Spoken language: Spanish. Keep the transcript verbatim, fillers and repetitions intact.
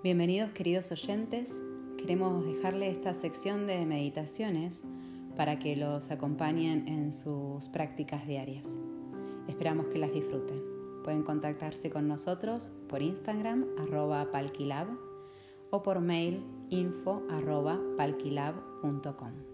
Bienvenidos queridos oyentes, queremos dejarle esta sección de meditaciones para que los acompañen en sus prácticas diarias. Esperamos que las disfruten. Pueden contactarse con nosotros por Instagram, arroba palquilab, o por mail, info arroba palquilab punto com.